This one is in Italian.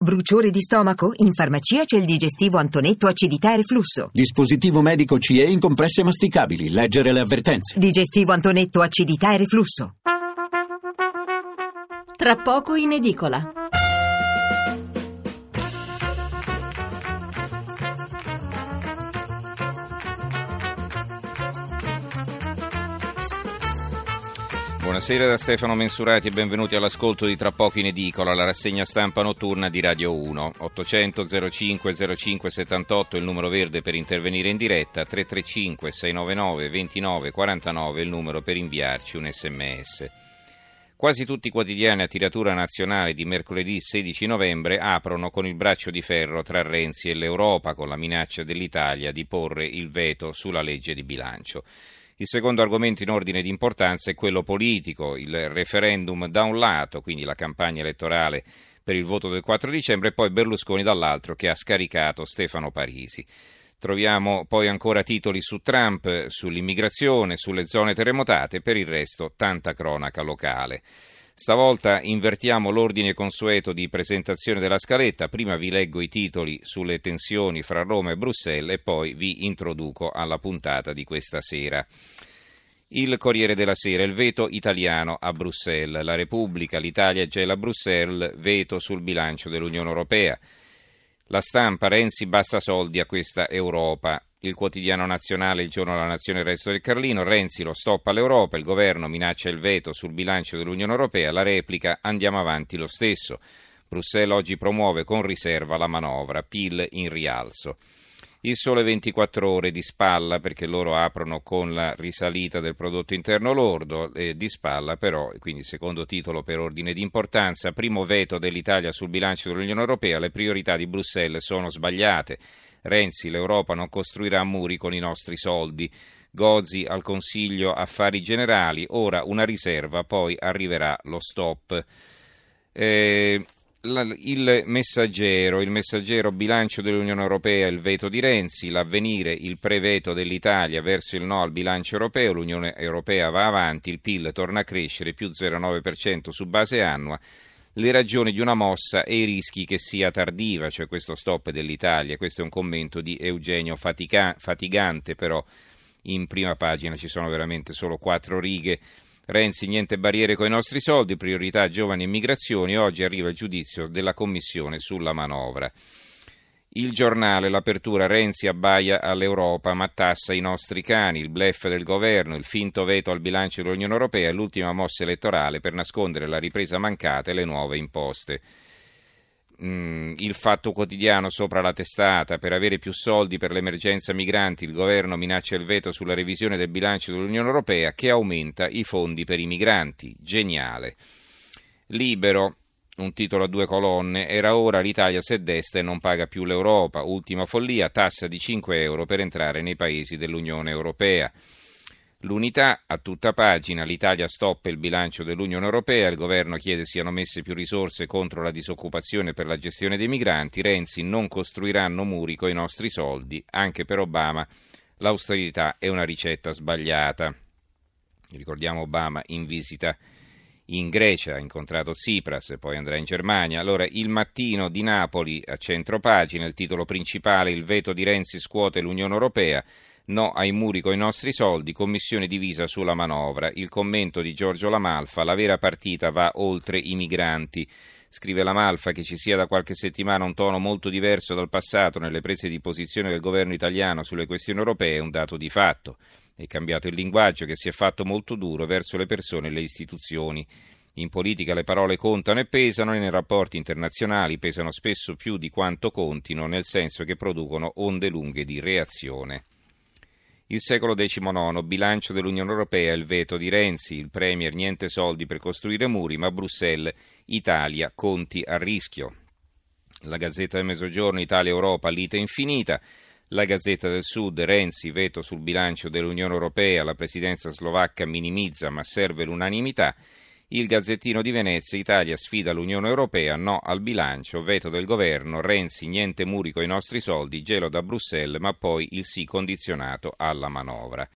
Bruciore di stomaco? In farmacia c'è il digestivo Antonetto acidità e reflusso. Dispositivo medico CE in compresse masticabili. Leggere le avvertenze. Digestivo Antonetto acidità e reflusso. Tra poco in edicola. Buonasera da Stefano Mensurati e benvenuti all'ascolto di Tra poco in edicola, la rassegna stampa notturna di Radio 1. 800 05 05 78 il numero verde per intervenire in diretta, 335 699 29 49 il numero per inviarci un sms. Quasi tutti i quotidiani a tiratura nazionale di mercoledì 16 novembre aprono con il braccio di ferro tra Renzi e l'Europa, con la minaccia dell'Italia di porre il veto sulla legge di bilancio. Il secondo argomento in ordine di importanza è quello politico, il referendum da un lato, quindi la campagna elettorale per il voto del 4 dicembre, e poi Berlusconi dall'altro che ha scaricato Stefano Parisi. Troviamo poi ancora titoli su Trump, sull'immigrazione, sulle zone terremotate, per il resto tanta cronaca locale. Stavolta invertiamo l'ordine consueto di presentazione della scaletta, prima vi leggo i titoli sulle tensioni fra Roma e Bruxelles e poi vi introduco alla puntata di questa sera. Il Corriere della Sera, il veto italiano a Bruxelles, la Repubblica, l'Italia gela Bruxelles, veto sul bilancio dell'Unione Europea. La Stampa, Renzi basta soldi a questa Europa. Il Quotidiano Nazionale, il Giorno della Nazione, il Resto del Carlino, Renzi lo stop all'Europa, il governo minaccia il veto sul bilancio dell'Unione Europea, la replica, andiamo avanti lo stesso. Bruxelles oggi promuove con riserva la manovra, PIL in rialzo. Il Sole 24 Ore di spalla, perché loro aprono con la risalita del prodotto interno lordo, di spalla però, quindi secondo titolo per ordine di importanza, primo veto dell'Italia sul bilancio dell'Unione Europea, le priorità di Bruxelles sono sbagliate. Renzi, l'Europa non costruirà muri con i nostri soldi. Gozi al Consiglio Affari Generali, ora una riserva, poi arriverà lo stop. Il Messaggero, bilancio dell'Unione Europea, il veto di Renzi, l'Avvenire, il preveto dell'Italia verso il no al bilancio europeo, l'Unione Europea va avanti, il PIL torna a crescere, più 0,9% su base annua. Le ragioni di una mossa e i rischi che sia tardiva, cioè questo stop dell'Italia. Questo è un commento di Eugenio Fatigante, però in prima pagina ci sono veramente solo 4 righe. Renzi, niente barriere coi nostri soldi, priorità giovani e migrazioni, oggi arriva il giudizio della Commissione sulla manovra. Il Giornale, l'apertura, Renzi abbaia all'Europa ma tassa i nostri cani, il bluff del governo, il finto veto al bilancio dell'Unione Europea e l'ultima mossa elettorale per nascondere la ripresa mancata e le nuove imposte. Il Fatto Quotidiano, sopra la testata, per avere più soldi per l'emergenza migranti il governo minaccia il veto sulla revisione del bilancio dell'Unione Europea che aumenta i fondi per i migranti. Geniale. Libero. Un titolo a 2 colonne, era ora, l'Italia si desta e non paga più l'Europa, ultima follia, tassa di 5 euro per entrare nei paesi dell'Unione Europea. L'Unità, a tutta pagina, l'Italia stoppa il bilancio dell'Unione Europea, il governo chiede siano messe più risorse contro la disoccupazione per la gestione dei migranti, Renzi non costruiranno muri coi nostri soldi, anche per Obama l'austerità è una ricetta sbagliata. Ricordiamo Obama in visita in Grecia, ha incontrato Tsipras e poi andrà in Germania. Allora, Il Mattino di Napoli, a centropagina, il titolo principale, il veto di Renzi scuote l'Unione Europea, no ai muri coi nostri soldi, commissione divisa sulla manovra. Il commento di Giorgio Lamalfa, la vera partita va oltre i migranti. Scrive Lamalfa che ci sia da qualche settimana un tono molto diverso dal passato nelle prese di posizione del governo italiano sulle questioni europee è un dato di fatto. È cambiato il linguaggio che si è fatto molto duro verso le persone e le istituzioni. In politica le parole contano e pesano e nei rapporti internazionali pesano spesso più di quanto contino, nel senso che producono onde lunghe di reazione. Il Secolo XIX, bilancio dell'Unione Europea, il veto di Renzi, il Premier niente soldi per costruire muri, ma Bruxelles, Italia, conti a rischio. La Gazzetta del Mezzogiorno, Italia-Europa, lite infinita. La Gazzetta del Sud, Renzi, veto sul bilancio dell'Unione Europea, la presidenza slovacca minimizza ma serve l'unanimità. Il Gazzettino di Venezia, Italia sfida l'Unione Europea, no al bilancio, veto del governo, Renzi niente muri coi nostri soldi, gelo da Bruxelles ma poi il sì condizionato alla manovra.